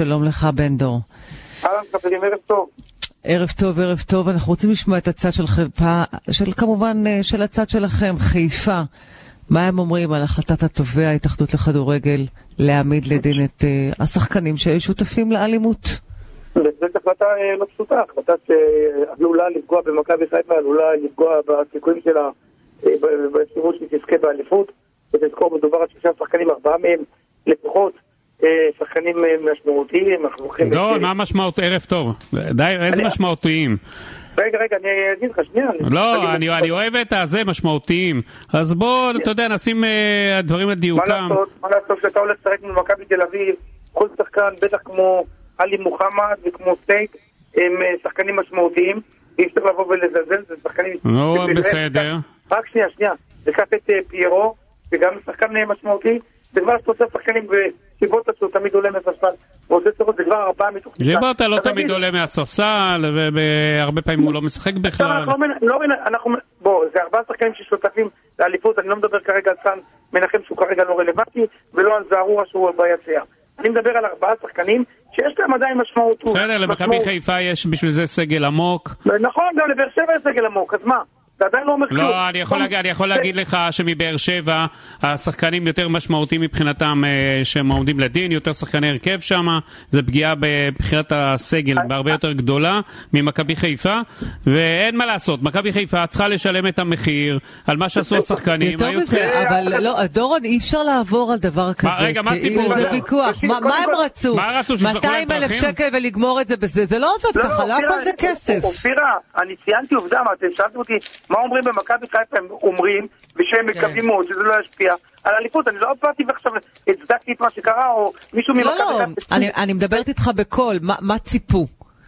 שלום לך בן דור. אהלן חברים, ערב טוב. ערב טוב, ערב טוב. אנחנו רוצים לשמוע את הצד של חיפה, כמובן של הצד שלכם, חיפה. מה הם אומרים על החלטת התובע, ההתאחדות לכדורגל, להעמיד לדין את השחקנים שהיו שותפים לאלימות? זאת החלטה לא פשוטה, החלטה שעלולה לפגוע במכבי חיפה, עלולה לפגוע בסיכויים שלה, באפשרות שהיא תזכה באליפות. ותזכור, מדובר על 6 שחקנים, 4 מהם לפחות שחקנים משמעותיים. לא, מה משמעות? ערב טוב. די, איזה משמעותיים? רגע, אני אגיד לך, שנייה. לא, אני אוהב את זה משמעותיים. אז בוא, אתה יודע, נשים הדברים לדיוקם. מה לעשות שאתה הולך לשחק מול מכבי תל אביב, כל שחקן, בטח כמו עלי מוחמד וכמו סטייק, הם שחקנים משמעותיים. אי אפשר לבוא ולזלזל, זה שחקנים... לא, בסדר. רק שנייה. לקח את פיירו, וגם שחקן משמעותי, זה כבר שעושה שחקנים ושיבוטה שהוא תמיד עולה מהספסל, ועושה צורות, זה כבר 4 מתוך 6. שיבוטה לא תמיד עולה מהספסל, והרבה פעמים הוא לא משחק בכלל. בוא, זה 4 שחקנים ששותפים לאליפות, אני לא מדבר כרגע על סן מנחם שהוא כרגע לא רלוונטי, ולא על זערורה שהוא ביציע. אני מדבר על 4 שחקנים שיש להם עדיין משמעות. בסדר, למכבי חיפה יש בשביל זה סגל עמוק. נכון, גם לבאר שבע יש סגל עמוק, אז מה? לא, אני יכול להגיד לך שמבאר שבע השחקנים יותר משמעותיים מבחינתם שהם עומדים לדין, יותר שחקני הרכב שם, זה פגיעה בבחינת הסגל בהרבה יותר גדולה ממכבי חיפה, ואין מה לעשות, מכבי חיפה צריכה לשלם את המחיר על מה שעשו השחקנים. אבל לא, דורון, אי אפשר לעבור על דבר כזה. רגע, מה ציבור? זה ויכוח, מה הם רצו? 200,000 שקל ולגמור את זה בזה, זה לא עובד ככה, לא הכל זה כסף. אופירה, אני ציינתי עובדה, אתם שאלתם אותי מה אומרים במכבי חיפה, הם אומרים, ושהם מקווים מאוד שזה לא ישפיע על האליפות. אני לא באתי ועכשיו הצדקתי את מה שקרה, או מישהו ממכבי חיפה... לא, אני מדברת איתך בקול, מה ציפו?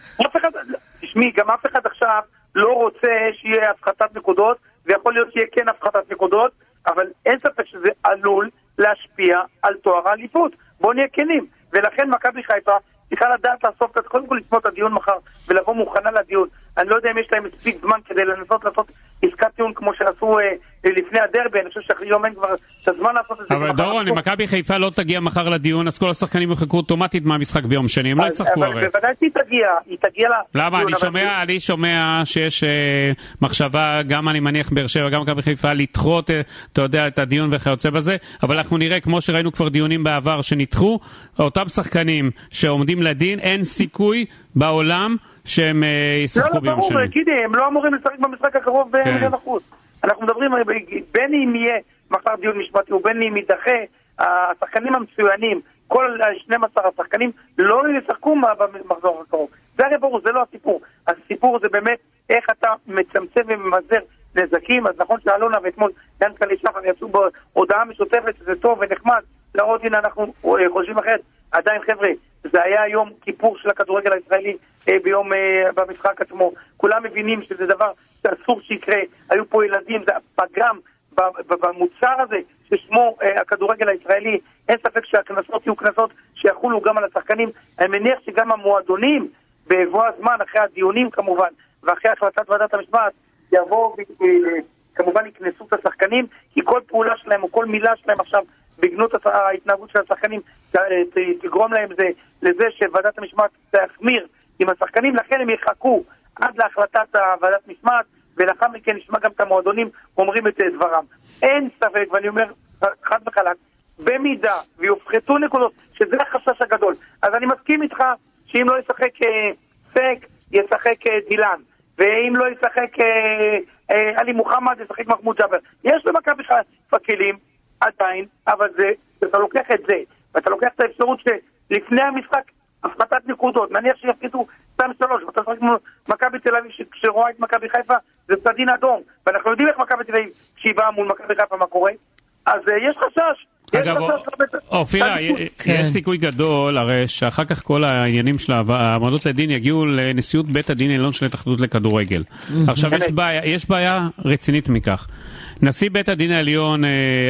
תשמעי, גם אף אחד עכשיו לא רוצה שיהיה הפחתת נקודות, ויכול להיות שיהיה כן הפחתת נקודות, אבל אין ספק שזה עלול להשפיע על תואר האליפות. בואו נהיה כנים. ולכן מכבי חיפה צריכה לדעת לאסוף, קודם כל לצפות את הדיון מחר, ולבוא מוכנה לדיון. אני לא יודע אם יש להם מספיק זמן כדי לנסות לעשות עסקת טיעון כמו שעשו לפני הדרבי. אני חושב שהיום אין כבר את הזמן לעשות את זה. אבל דורון, אם מכבי חיפה לא תגיע מחר לדיון, אז כל השחקנים יחכו אוטומטית מהמשחק ביום שני, הם לא ישחקו הרי. אבל בוודאי היא תגיע למה? אני שומע שיש מחשבה, גם אני מניח באר שבע, גם מכבי חיפה, לדחות, אתה יודע, את הדיון וכיוצא בזה, אבל אנחנו נראה, כמו שראינו כבר דיונים בעבר שנדחו, אותם שחקנים שעומדים לדין, אין סיכוי בעולם שהם ישחקו ביום שני. לא, ברור, גידי, הם לא אמורים לשחק במשחק הקרוב ב100%. אנחנו מדברים, בין אם יהיה מחר דיון משפטי ובין אם יידחה, השחקנים המצוינים, כל 12 השחקנים לא ישחקו במחזור הקרוב. זה הרי ברור, זה לא הסיפור. הסיפור זה באמת איך אתה מצמצם וממזער נזקים. אז נכון שאלונה ואתמול ינקלה שחר יצאו בהודעה משותפת שזה טוב ונחמד, להראות הנה אנחנו חושבים אחרת. עדיין חבר'ה, זה היה יום כיפור של הכדורגל הישראלי ביום במשחק עצמו. כולם מבינים שזה דבר שאסור שיקרה. היו פה ילדים, זה פגם במוצר הזה ששמו הכדורגל הישראלי. אין ספק שהכנסות יהיו כנסות שיחולו גם על השחקנים. אני מניח שגם המועדונים בבוא הזמן, אחרי הדיונים כמובן, ואחרי החלטת ועדת המשמעת, יבואו כמובן יכנסו את השחקנים, כי כל פעולה שלהם או כל מילה שלהם עכשיו בגנות ההתנהגות של השחקנים תגרום להם לזה שוועדת המשמעת תחמיר עם השחקנים, לכן הם יחכו עד להחלטת ועדת משמעת, ולאחר מכן נשמע גם את המועדונים אומרים את דברם. אין ספק, ואני אומר חד וחלק, במידה ויופחתו נקודות, שזה החשש הגדול, אז אני מסכים איתך שאם לא ישחק סק, ישחק דילן, ואם לא ישחק עלי מוחמד, ישחק מחמוד ג'אבר. יש למכבי חיפה כלים עדיין, אבל אתה לוקח את זה, ואתה לוקח את האפשרות שלפני המשחק הפחתת נקודות, נניח שיפחיתו 2-3, ואתה שחק מול מכבי תל אביב שרואה את מכבי חיפה, זה צדין אדום, ואנחנו יודעים איך מכבי תל אביב כשהיא באה מול מכבי חיפה מה קורה, אז יש חשש. אגב, אופירה, יש סיכוי גדול הרי שאחר כך כל העניינים של העמדות לדין יגיעו לנשיאות בית הדין העליון של ההתאחדות לכדורגל. עכשיו יש בעיה רצינית מכך. נשיא בית הדין העליון,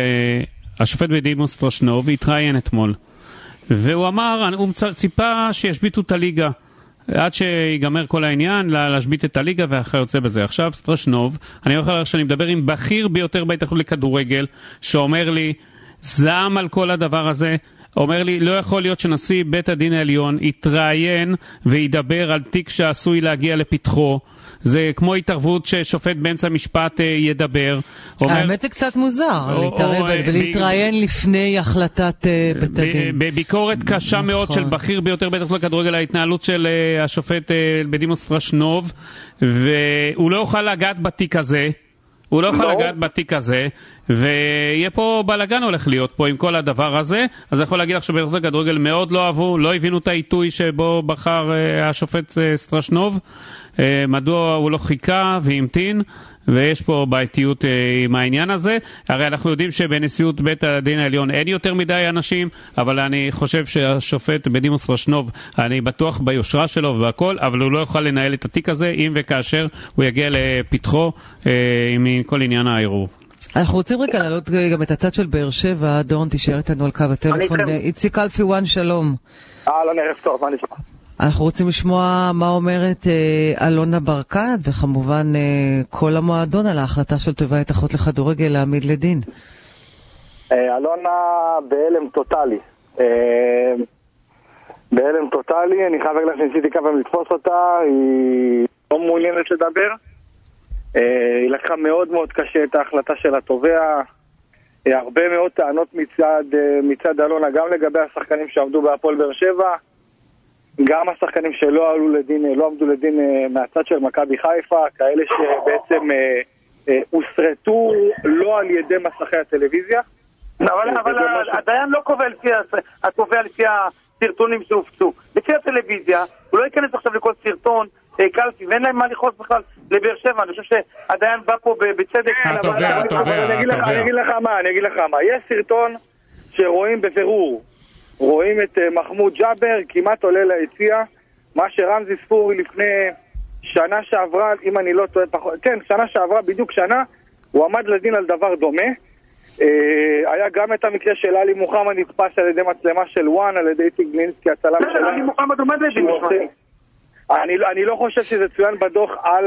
השופט בדימוס סטרשנוב, התראיין אתמול, והוא אמר, הוא ציפה שישביתו את הליגה עד שיגמר כל העניין, להשבית את הליגה וכיוצא בזה. עכשיו סטרשנוב, אני אומר לך שאני מדבר עם בכיר ביותר בהתאחדות לכדורגל, שאומר לי, זעם על כל הדבר הזה, אומר לי, לא יכול להיות שנשיא בית הדין העליון יתראיין וידבר על תיק שעשוי להגיע לפתחו. זה כמו התערבות ששופט באמצע המשפט ידבר. האמת זה קצת מוזר, להתערב ולהתראיין לפני החלטת בית הדין. בביקורת קשה מאוד של בכיר ביותר בטח לכדורגל, ההתנהלות של השופט בדימוס סטרשנוב, והוא לא יוכל לגעת בתיק הזה. הוא לא יכול לגעת בתיק הזה, ויהיה פה בלגן הולך להיות פה עם כל הדבר הזה. אז אני יכול להגיד לך שבטח לכדורגל מאוד לא אהבו, לא הבינו את העיתוי שבו בחר השופט סטרשנוב, מדוע הוא לא חיכה והמתין, ויש פה בעייתיות עם העניין הזה. הרי אנחנו יודעים שבנשיאות בית הדין העליון אין יותר מדי אנשים, אבל אני חושב שהשופט בדימוס סטרשנוב, אני בטוח ביושרה שלו והכל, אבל הוא לא יוכל לנהל את התיק הזה אם וכאשר הוא יגיע לפתחו עם כל עניין הערעור. אנחנו רוצים רגע להעלות גם את הצד של באר שבע. דורון, תישאר איתנו על קו הטלפון. איציק אלפי וואן, שלום. אהלן, ערב טוב, מה נשמע? אנחנו רוצים לשמוע מה אומרת אלונה ברקת, וכמובן כל המועדון על ההחלטה של תובע ההתאחדות לכדורגל להעמיד לדין. אלונה בהלם טוטלי. בהלם טוטלי, אני חייב להגיד שניסיתי כמה לתפוס אותה, היא לא מעוניינת לדבר. היא לקחה מאוד מאוד קשה את ההחלטה של התובע. הרבה מאוד טענות מצד אלונה, גם לגבי השחקנים שעמדו בהפועל באר שבע, גם השחקנים שלא עמדו לדין מהצד של מכבי חיפה, כאלה שבעצם הוסרטו לא על ידי מסכי הטלוויזיה. אבל הדיין לא קובע לפי הסרטונים שהופצו. לפי הטלוויזיה, הוא לא ייכנס עכשיו לכל סרטון קלפי, ואין להם מה לכעוס בכלל לבאר שבע. אני חושב שהדיין בא פה בצדק. אני אגיד לך מה. יש סרטון שרואים בבירור. רואים את מחמוד ג'אבר כמעט עולה ליציע, מה שרמזי ספורי לפני שנה שעברה, אם אני לא טועה פחות, כן, שנה שעברה, בדיוק שנה, הוא עמד לדין על דבר דומה. היה גם את המקרה של אלי מוחמד נתפס על ידי מצלמה של וואן, על ידי איציק גלינסקי, הצלם שלה. אלי מוחמד עומד לדין, אני לא חושב שזה צוין בדוח על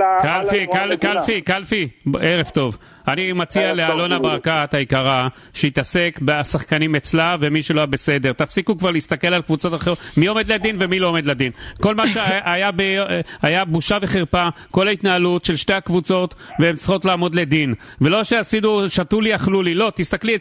קלפי, ערב טוב. אני מציע לאלונה ברקת היקרה שיתעסק בשחקנים אצלה ומי שלא היה בסדר. תפסיקו כבר להסתכל על קבוצות אחרות, מי עומד לדין ומי לא עומד לדין. כל מה שהיה בושה וחרפה, כל ההתנהלות של שתי הקבוצות, והן צריכות לעמוד לדין. ולא שעשינו, שתו לי, אכלו לי. לא,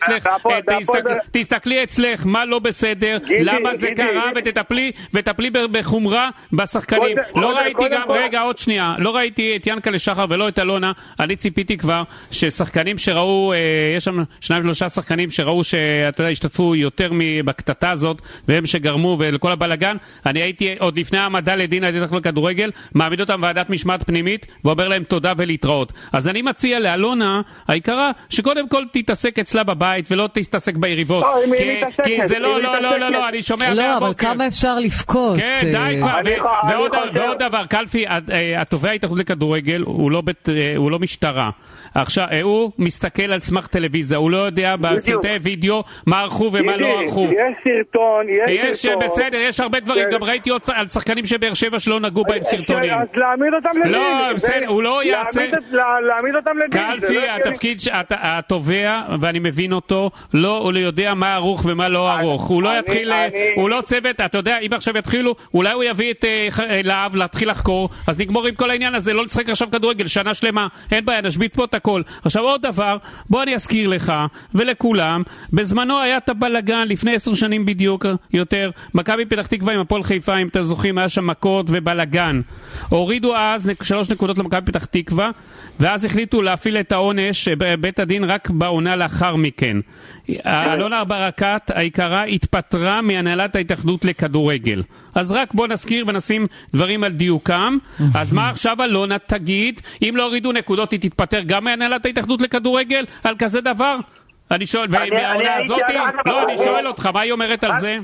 תסתכלי אצלך מה לא בסדר, למה זה קרה, ותטפלי בחומרה בשחקנים. לא ראיתי גם, רגע, עוד שנייה, לא ראיתי את ינקלה שחר ולא את אלונה. אני ציפיתי כבר ששחקנים שראו, יש שם 2-3 שחקנים שראו שאתה יודע, השתתפו יותר בקטטה הזאת, והם שגרמו ולכל הבלגן. אני הייתי עוד לפני העמדה לדין על ידי ההתאחדות לכדורגל, מעמיד אותם ועדת משמעת פנימית ואומר להם תודה ולהתראות. אז אני מציע לאלונה היקרה שקודם כל תתעסק אצלה בבית ולא תתעסק ביריבות. כי זה לא, אני שומע מהבוקר. לא, אבל כמה אפשר לפקוד? כן, די כבר. ועוד דבר, קלפי, התובע ההתאחדות לכדורגל הוא לא משטרה. עכשיו, הוא מסתכל על סמך טלוויזיה, הוא לא יודע בסרטי וידאו מה ערכו ומה לא ערכו. יש סרטון. בסדר, יש הרבה דברים, גם ראיתי על שחקנים שבאר שבע שלא נגעו בהם סרטונים. אז להעמיד אותם לדין. לא, בסדר, הוא לא יעשה. להעמיד אותם לדין. קלפי, התפקיד התובע, ואני מבין אותו, הוא לא יודע מה ערוך ומה לא ערוך. הוא לא יתחיל, הוא לא צוות, אתה יודע, אם עכשיו יתחילו, אולי הוא יביא את להב להתחיל לחקור, אז נגמור עם כל העניין הזה, לא לשחק עכשיו כדורגל, שנה שלמה, אין בעיה, נשבית פה את הכל. עכשיו עוד דבר, בוא אני אזכיר לך ולכולם, בזמנו היה את הבלגן לפני 10 שנים בדיוק יותר, מכבי פתח תקווה עם הפועל חיפה, אם אתם זוכרים, היה שם מכות ובלגן. הורידו אז 3 נקודות למכבי פתח תקווה, ואז החליטו להפעיל את העונש בית הדין רק בעונה לאחר מכן. אלונה ברקת היקרה התפטרה מהנהלת ההתאחדות לכדורגל. אז רק בוא נזכיר ונשים דברים על דיוקם. אז מה עכשיו אלונה תגיד, אם לא הורידו נקודות היא תתפטר גם מהנהלת ההתאחדות לכדורגל על כזה דבר? אני שואל, והעונה הזאת, לא, אני שואל אותך, מה היא אומרת על זה?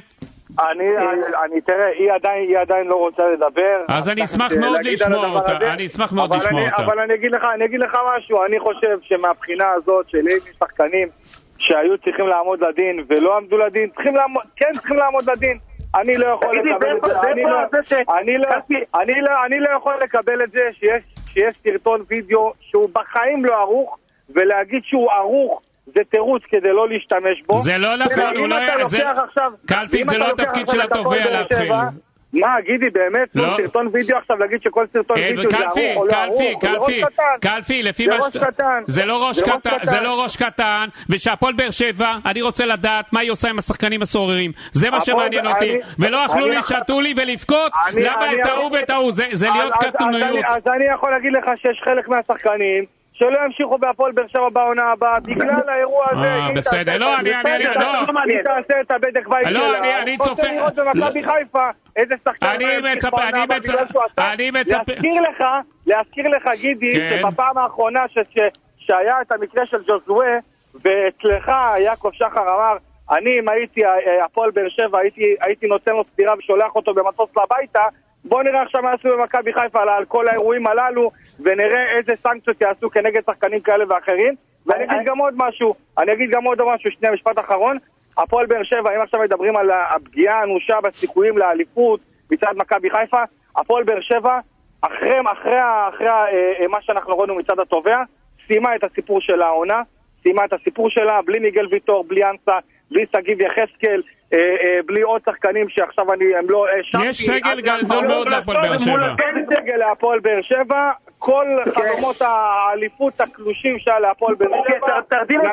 תראה, היא עדיין לא רוצה לדבר. אז אני אשמח מאוד לשמוע אותה. אבל אני אגיד לך משהו, אני חושב שמהבחינה הזאת של שחקנים שהיו צריכים לעמוד לדין ולא עמדו לדין, צריכים לעמוד לדין. אני לא יכול לקבל את זה. אני לא יכול לקבל את זה שיש סרטון וידאו שהוא בחיים לא ערוך, ולהגיד שהוא ערוך זה תירוץ כדי לא להשתמש בו. זה לא נכון, הוא לא... קלפי, זה לא התפקיד של התובע להתחיל. מה, גידי, באמת? לא. סרטון וידאו עכשיו, להגיד שכל סרטון וידאו זה ארוך או לא ארוך? קלפי, לפי מה זה לא ראש קטן, ושהפועל באר שבע, אני רוצה לדעת מה היא עושה עם השחקנים הסוררים. זה מה שמעניין אותי. ולא אכלו לי, שתו לי ולבכות, למה טעו וטעו, זה להיות קטנוניות. אז אני יכול להגיד לך שיש חלק מהשחקנים שלא ימשיכו בהפועל באר שבע בעונה הבאה בגלל האירוע הזה. בסדר, לא, אני תעשה את הבדק בית שלה. אני צופה לראות במכבי חיפה איזה שחקן להזכיר לך גידי שבפעם האחרונה שהיה את המקרה של ג'וזואה ואצלך יעקב שחר אמר אני אם הייתי הפועל באר שבע הייתי נותן לו סטירה ושולח אותו במטוס לביתה. בוא נראה עכשיו מה יעשו במכבי חיפה על כל האירועים הללו ונראה איזה סנקציות יעשו כנגד שחקנים כאלה ואחרים. ואני אגיד גם עוד משהו, שנייה, משפט אחרון. הפועל באר שבע, אם עכשיו מדברים על הפגיעה האנושה בסיכויים לאליפות מצד מכבי חיפה, הפועל באר שבע אחרי מה שאנחנו רואים מצד התובע, סיימה את הסיפור של העונה, סיימה את הסיפור שלה בלי מיגל ויטור, בלי אנסה, בלי סגיב יחזקאל, בלי עוד שחקנים שעכשיו הם לא... יש סגל גדול מאוד להפועל באר שבע. אין סגל להפועל באר שבע, כל חלומות האליפות הקלושים שהיה להפועל באר שבע,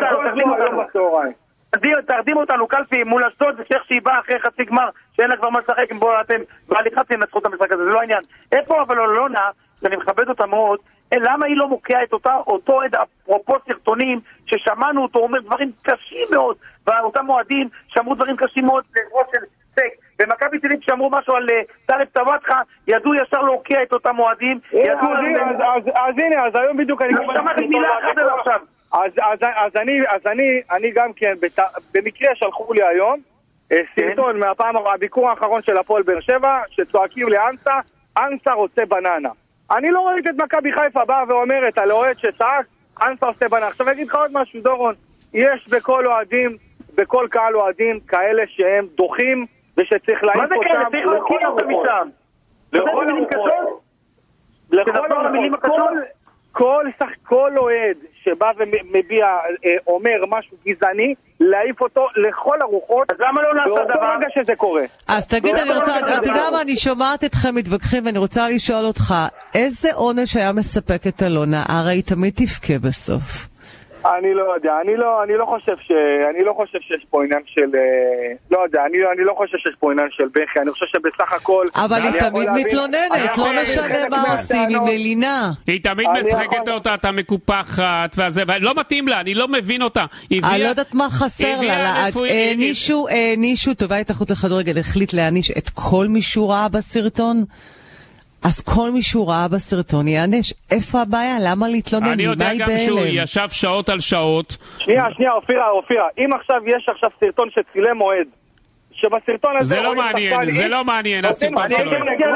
תרדים אותנו קלפי מול אשדוד, זה שאיך שהיא באה אחרי חצי גמר שאין לה כבר מה לשחק, בואו אתם בהליכה תנצחו את המשחק הזה, זה לא העניין. איפה אבל אלונה, שאני מכבד אותה מאוד, למה היא לא מוקיעה את אותו עד, אפרופו סרטונים ששמענו אותו אומר דברים קשים מאוד, ואותם מועדים שאמרו דברים קשים מאוד לראש של סק, ומכבי תל אביב שאמרו משהו על טלב טוואטחה, ידעו ישר להוקיע את אותם מועדים. אז הנה, אז היום בדיוק אני שמעתי מילה אחת עכשיו. אז אני גם כן, במקרה שלחו לי היום סרטון מהפעם, הביקור האחרון של הפועל באר שבע, שצועקים לאנסה, אנסה רוצה בננה. אני לא ראיתי את מכבי חיפה באה ואומרת על אוהד שצעק, אנסה עושה בננה. עכשיו אני אגיד לך עוד משהו, דורון, יש בכל אוהדים, בכל קהל אוהדים, כאלה שהם דוחים, ושצריך להעיף אותם. מה זה כאלה? צריך להוקיע אותם משם. לכל כל אוהד שבא ומביע, אומר משהו גזעני, להעיף אותו לכל הרוחות. אז למה לא נעשה דבר? באותו רגע שזה קורה. אז תגיד, אתה יודע מה, אני שומעת אתכם מתווכחים, ואני רוצה לשאול אותך, איזה עונש היה מספק את אלונה? הרי היא תמיד תפקה בסוף. אני לא יודע, אני לא חושב שיש פה עניין של, לא יודע, אני לא חושב שיש פה עניין של בכי, אני חושב שבסך הכל... אבל היא תמיד מתלוננת, לא משנה מה עושים, היא מלינה. היא תמיד משחקת אותה, אתה מקופחת, ולא מתאים לה, אני לא מבין אותה. אני לא יודעת מה חסר לה, הענישו, טובה התאחדות לכדורגל, החליט להעניש את כל מי שהוא ראה בסרטון? אז כל מי שהוא ראה בסרטון יענש. איפה הבעיה? למה להתלונן? אני יודע גם שהוא ישב שעות על שעות. שנייה, אופירה. אם עכשיו יש סרטון שצילם אוהד, שבסרטון הזה... זה לא מעניין, הסרטון שלו.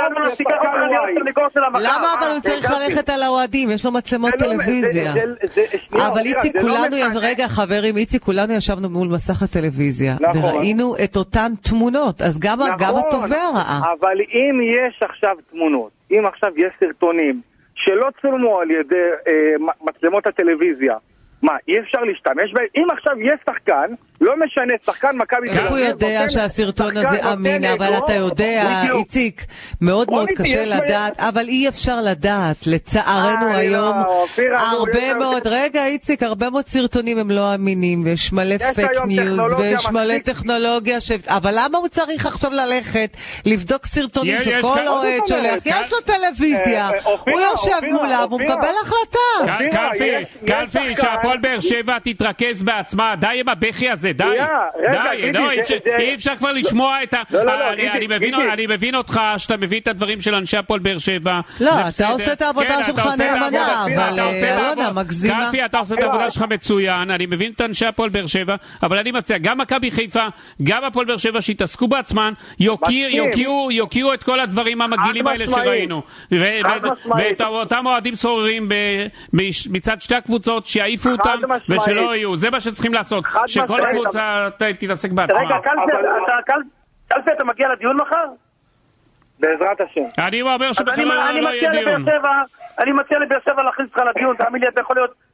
למה אבל הוא צריך ללכת על האוהדים? יש לו מצלמות טלוויזיה. אבל איציק, כולנו, רגע חברים, איציק, כולנו ישבנו מול מסך הטלוויזיה, וראינו את אותן תמונות, אז גם התובע ראה. אבל אם יש עכשיו תמונות, אם עכשיו יש סרטונים שלא צולמו על ידי מצלמות הטלוויזיה, מה, אי אפשר להשתמש בהם? אם עכשיו יש שחקן, לא משנה, שחקן מכבי תל אביב. איך הוא יודע שהסרטון הזה אמין, אבל אתה יודע, איציק, מאוד מאוד קשה לדעת, אבל אי אפשר לדעת, לצערנו היום, הרבה מאוד, רגע איציק, הרבה מאוד סרטונים הם לא אמינים, ויש מלא פייק ניוז, ויש מלא טכנולוגיה, אבל למה הוא צריך עכשיו ללכת, לבדוק סרטונים שכל אוהד שולח? יש לו טלוויזיה, הוא יושב מולה, הוא מקבל החלטה. קלפי, שהפועל באר שבע תתרכז בעצמה, די עם הבכי הזה, די, אי אפשר כבר לשמוע את ה... אני מבין אותך שאתה מביא את הדברים של אנשי הפועל באר שבע. לא, אתה עושה את העבודה שלך נאמנה, אבל לא יודע, מגזימה. קלפי, אתה עושה את העבודה שלך מצוין, אני מבין את אנשי הפועל באר שבע, אבל אני מציע, גם מכבי חיפה, גם הפועל באר שבע, שיתעסקו בעצמן, יוקיעו את כל הדברים המגעילים האלה שראינו. ואת אותם אוהדים סוררים מצד שתי הקבוצות, שיעיפו אותם ושלא יהיו. זה מה שצריכים לעשות. שכל קבוצה תתעסק בעצמה. רגע, קלפי, אתה מגיע לדיון מחר? בעזרת השם. אני אומר שבכלל לא יהיה דיון. אני מציע לבאר שבע להכניס לך לדיון, תאמין לי, אתה יכול להיות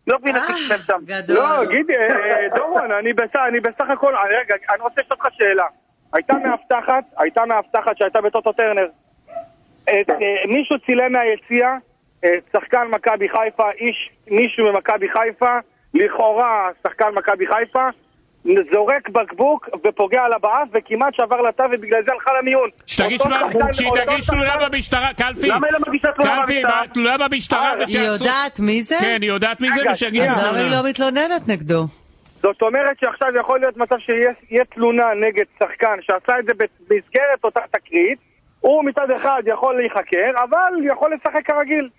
לא מבין איך תקשם שם. לא, גידי, דורון, אני בסך הכל, רגע, אני רוצה לשאול אותך שאלה. הייתה מאבטחת שהייתה בטוטו טרנר. מישהו צילם מהיציאה, שחקן מכבי חיפה, מישהו ממכבי חיפה, לכאורה שחקן מכבי חיפה, זורק בקבוק ופוגע על הבאף וכמעט שעבר לתא ובגלל זה הלכה למיון. שתגיש תלונה במשטרה, קלפי. למה היא לא מגישה תלונה במשטרה? תלונה במשטרה. היא יודעת מי זה? כן, היא יודעת מי זה ושיגיש תלונה. אז למה היא לא מתלוננת נגדו? זאת אומרת שעכשיו יכול להיות מצב שיהיה תלונה נגד שחקן שעשה את זה במסגרת אותה תקרית, הוא מצד אחד יכול להיחקר, אבל יכול לשחק כרגיל.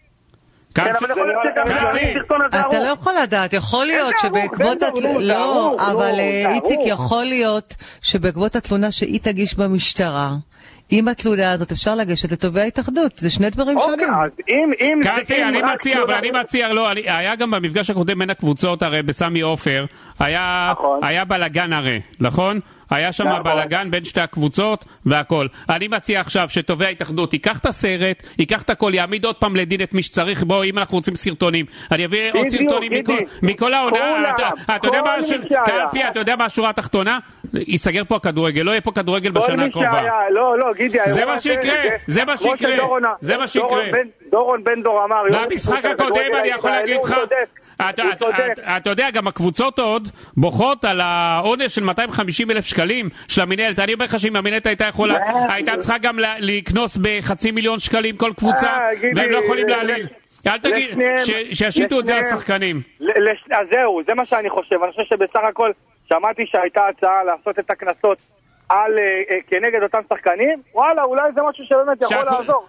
אתה לא יכול לדעת, יכול להיות שבעקבות לא, אבל איציק, יכול להיות שבעקבות התלונה שהיא תגיש במשטרה, עם התלונה הזאת אפשר לגשת לתובעי ההתאחדות, זה שני דברים שונים. קלפי, אני מציע, היה גם במפגש הקודם בין הקבוצות, הרי בסמי עופר, היה בלגן הרי, נכון? היה שם בלגן בין שתי הקבוצות והכל. אני מציע עכשיו שתובע ההתאחדות ייקח את הסרט, ייקח את הכל, יעמיד עוד פעם לדין את מי שצריך. בואו, אם אנחנו רוצים סרטונים, אני אביא עוד סרטונים מכל העונה. אתה יודע מה השורה התחתונה? ייסגר פה הכדורגל, לא יהיה פה כדורגל בשנה הקרובה. לא, גידי, זה מה שיקרה. דורון בן דור אמר, במשחק הקודם אני יכול להגיד לך, אתה יודע, גם הקבוצות עוד בוכות על העונש של 250,000 שקלים של המנהלת. אני אומר לך שאם המנהלת הייתה צריכה גם לקנוס ב500,000 שקלים כל קבוצה, והם לא יכולים להעליל. אל תגיד, שישיתו את זה לשחקנים. אז זהו, זה מה שאני חושב. אני חושב שבסך הכל שמעתי שהייתה הצעה לעשות את הקנסות כנגד אותם שחקנים, וואלה, אולי זה משהו שבאמת יכול לעזור.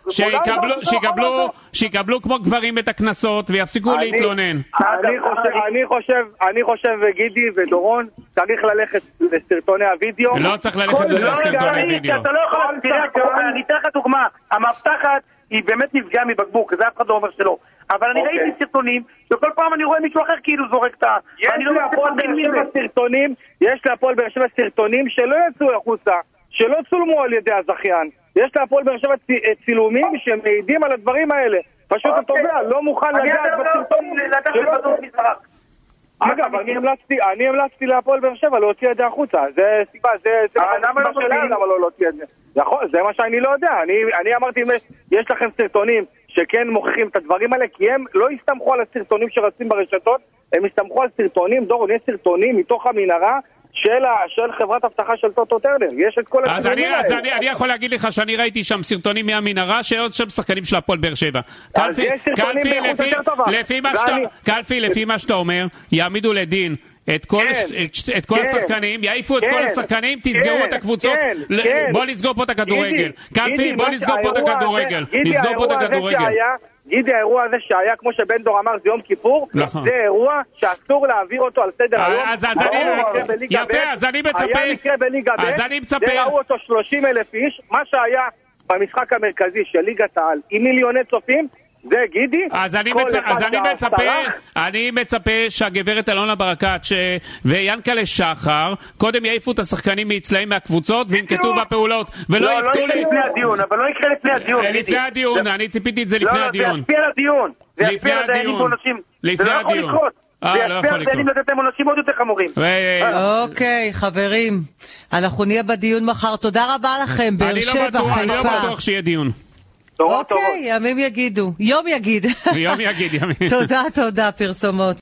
שיקבלו כמו גברים את הקנסות ויפסיקו להתלונן. אני חושב, גידי ודורון, צריך ללכת לסרטוני הוידאו. לא צריך ללכת לסרטוני וידאו. אתה לא יכול, אני אתן לך דוגמה, המאבטחת היא באמת נפגעה מבקבוק, זה אף אחד לא אומר שלא. אבל אני ראיתי סרטונים, וכל פעם אני רואה מישהו אחר כאילו זורק את ה... יש להפועל באר שבע סרטונים שלא יצאו החוצה, שלא צולמו על ידי הזכיין. יש להפועל באר שבע צילומים שמעידים על הדברים האלה. פשוט התובע לא מוכן לגעת בסרטונים. אגב, אני המלצתי להפועל באר שבע להוציא את זה החוצה. זה סיבה, למה לא להוציא את זה? זה מה שאני לא יודע. אני אמרתי, יש לכם סרטונים שכן מוכיחים את הדברים האלה, כי הם לא הסתמכו על הסרטונים שרצים ברשתות, הם הסתמכו על סרטונים, דורון, יש סרטונים מתוך המנהרה של חברת הבטחה של טוטו טרנר. יש את כל הסרטונים האלה. אז אני יכול להגיד לך שאני ראיתי שם סרטונים מהמנהרה שעוד שם שחקנים של הפועל באר שבע. קלפי, לפי מה שאתה אומר, יעמידו לדין את כל השחקנים, יעיפו את כל השחקנים, תסגרו את הקבוצות. בוא נסגור פה את הכדורגל. קלפי, בוא נסגור פה את הכדורגל. נסגור פה את הכדורגל. גידי, האירוע הזה שהיה, כמו שבן דור אמר, זה יום כיפור, זה אירוע שאסור להעביר אותו על סדר היום. יפה, אז אני מצפה. היה מקרה בליגה ב', זה ראו אותו 30,000 איש, מה שהיה במשחק המרכזי של ליגת העל, עם מיליוני צופים, זה גידי. אז אני מצפה שהגברת אלונה ברקת ויאנקלה שחר קודם יעיפו את השחקנים מאצלהם מהקבוצות וינקטו בפעולות ולא יפתו לי. אבל לא יקרה לפני הדיון. לפני הדיון, אני ציפיתי את זה לפני הדיון. זה ישפיע על הדיון. לפני הדיון. לפני הדיון. זה ישפיע על דיינים לתת להם עונשים עוד יותר חמורים. אוקיי, חברים, אנחנו נהיה בדיון מחר. תודה רבה לכם, באר שבע, חיפה. אני לא בטוח שיהיה דיון. אוקיי, ימים יגידו. יום יגיד. יום יגיד, ימים. תודה, פרסומות.